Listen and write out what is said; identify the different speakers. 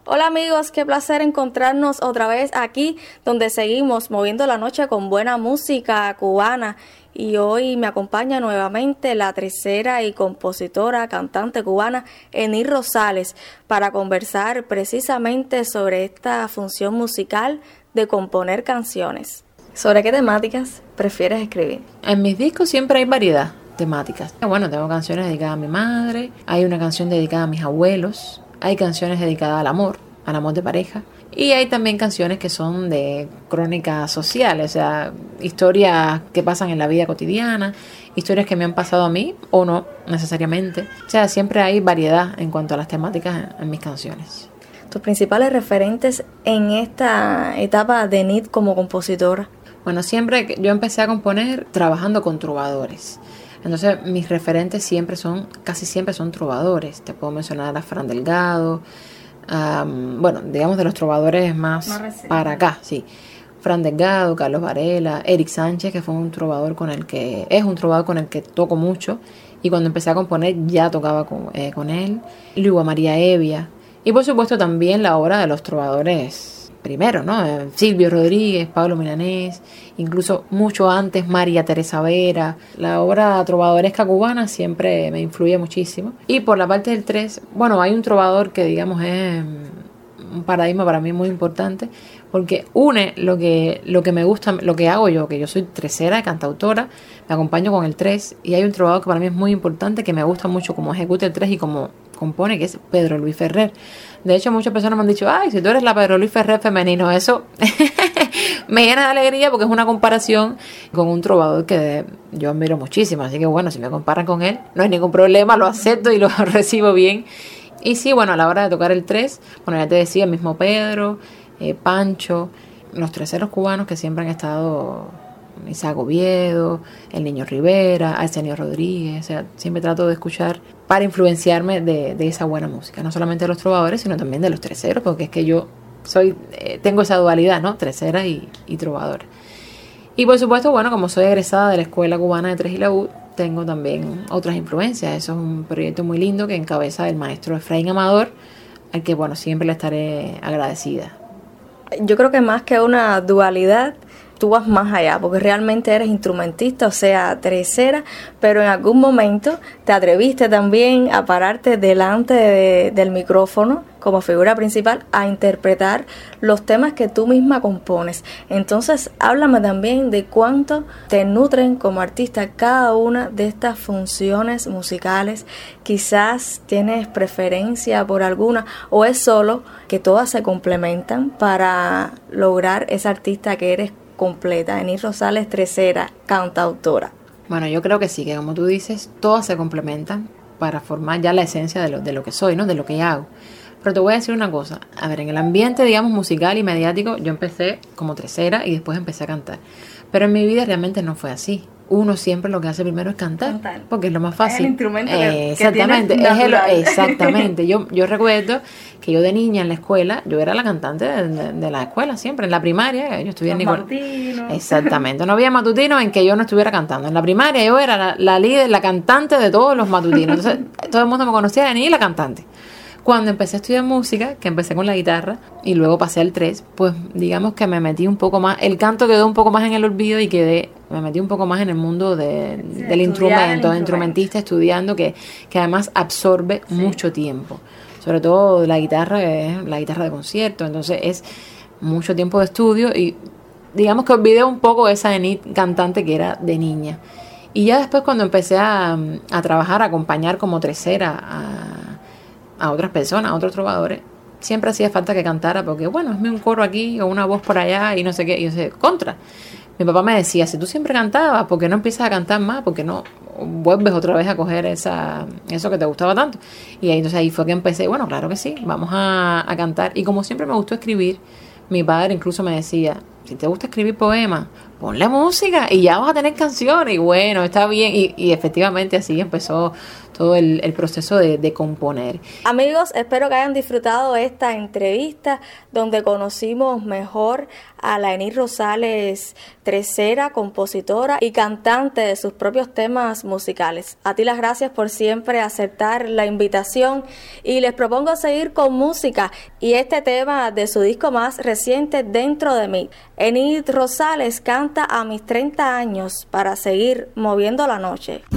Speaker 1: Hola amigos, qué placer encontrarnos otra vez aquí donde seguimos moviendo la noche con buena música cubana y hoy me acompaña nuevamente la tercera y compositora, cantante cubana Enid Rosales para conversar precisamente sobre esta función musical de componer canciones. ¿Sobre qué temáticas prefieres escribir?
Speaker 2: En mis discos siempre hay variedad temáticas. Bueno, tengo canciones dedicadas a mi madre, hay una canción dedicada a mis abuelos, hay canciones dedicadas al amor de pareja, y hay también canciones que son de crónicas sociales, o sea, historias que pasan en la vida cotidiana, historias que me han pasado a mí o no necesariamente. O sea, siempre hay variedad en cuanto a las temáticas en mis canciones.
Speaker 1: ¿Tus principales referentes en esta etapa de Enid como compositora?
Speaker 2: Bueno, siempre yo empecé a componer trabajando con trovadores. Entonces mis referentes casi siempre son trovadores. Te puedo mencionar a Fran Delgado, bueno, digamos de los trovadores más para acá, sí. Fran Delgado, Carlos Varela, Eric Sánchez, que es un trovador con el que toco mucho. Y cuando empecé a componer ya tocaba con él. Luego María Evia. Y por supuesto también la obra de los trovadores primero, ¿no? Silvio Rodríguez, Pablo Milanés, incluso mucho antes María Teresa Vera. La obra trovadoresca cubana siempre me influye muchísimo. Y por la parte del tres, bueno, hay un trovador que digamos es un paradigma para mí muy importante, porque une lo que me gusta, lo que hago yo, que yo soy tresera, cantautora, me acompaño con el tres, y hay un trovador que para mí es muy importante, que me gusta mucho cómo ejecuta el tres y cómo compone, que es Pedro Luis Ferrer. De hecho, muchas personas me han dicho, ay, si tú eres la Pedro Luis Ferrer femenino, eso me llena de alegría porque es una comparación con un trovador que yo admiro muchísimo. Así que bueno, si me comparan con él, no hay ningún problema, lo acepto y lo recibo bien. Y sí, bueno, a la hora de tocar el tres, bueno, ya te decía, el mismo Pedro, Pancho, los treseros cubanos que siempre han estado, Isaac Oviedo, el Niño Rivera, Arsenio Rodríguez, o sea, siempre trato de escuchar para influenciarme de esa buena música, no solamente de los trovadores, sino también de los treseros, porque es que yo tengo esa dualidad, ¿no? Tresera y trovadora. Y por supuesto, bueno, como soy egresada de la Escuela Cubana de Tres y Laúd, tengo también otras influencias. Eso es un proyecto muy lindo que encabeza el maestro Efraín Amador, al que, bueno, siempre le estaré agradecida.
Speaker 1: Yo creo que más que una dualidad, tú vas más allá, porque realmente eres instrumentista, o sea, tresera, pero en algún momento te atreviste también a pararte delante del micrófono como figura principal a interpretar los temas que tú misma compones. Entonces, háblame también de cuánto te nutren como artista cada una de estas funciones musicales. Quizás tienes preferencia por alguna o es solo que todas se complementan para lograr esa artista que eres completa. Enid Rosales, tresera, cantautora.
Speaker 2: Bueno, yo creo que sí, que como tú dices, todas se complementan para formar ya la esencia de lo que soy, ¿no? De lo que hago. Pero te voy a decir una cosa. A ver, en el ambiente, digamos, musical y mediático, yo empecé como tresera y después empecé a cantar. Pero en mi vida realmente no fue así. Uno siempre lo que hace primero es cantar. Porque es lo más fácil.
Speaker 1: Es el instrumento
Speaker 2: exactamente,
Speaker 1: que natural.
Speaker 2: Exactamente. Yo recuerdo que yo de niña en la escuela, yo era la cantante de la escuela siempre, en la primaria. Yo estudié en
Speaker 1: matutinos.
Speaker 2: Exactamente. No había matutinos en que yo no estuviera cantando. En la primaria yo era la líder, la cantante de todos los matutinos. Entonces todo el mundo me conocía de niña y la cantante. Cuando empecé a estudiar música, que empecé con la guitarra y luego pasé al tres, pues digamos que me metí un poco más, el canto quedó un poco más en el olvido y me metí un poco más en el mundo del instrumento, de instrumentista, estudiando, que además absorbe mucho tiempo. Sobre todo la guitarra, es la guitarra de concierto, entonces es mucho tiempo de estudio y digamos que olvidé un poco esa Enid cantante que era de niña. Y ya después cuando empecé a trabajar, a acompañar como tresera a otras personas, a otros trovadores, siempre hacía falta que cantara porque, bueno, hazme un coro aquí o una voz por allá y no sé qué. Y yo sé, contra. Mi papá me decía, si tú siempre cantabas, ¿por qué no empiezas a cantar más? ¿Por qué no vuelves otra vez a coger eso que te gustaba tanto? Y entonces ahí fue que empecé, bueno, claro que sí, vamos a cantar. Y como siempre me gustó escribir, mi padre incluso me decía, si te gusta escribir poemas, ponle música y ya vas a tener canciones. Y bueno, está bien. Y efectivamente así empezó todo el proceso de componer.
Speaker 1: Amigos, espero que hayan disfrutado esta entrevista donde conocimos mejor a Laenir Rosales Tresera, compositora y cantante de sus propios temas musicales. A ti las gracias por siempre aceptar la invitación y les propongo seguir con música y este tema de su disco más reciente, Dentro de mí. Laenir Rosales canta A mis 30 años para seguir moviendo la noche.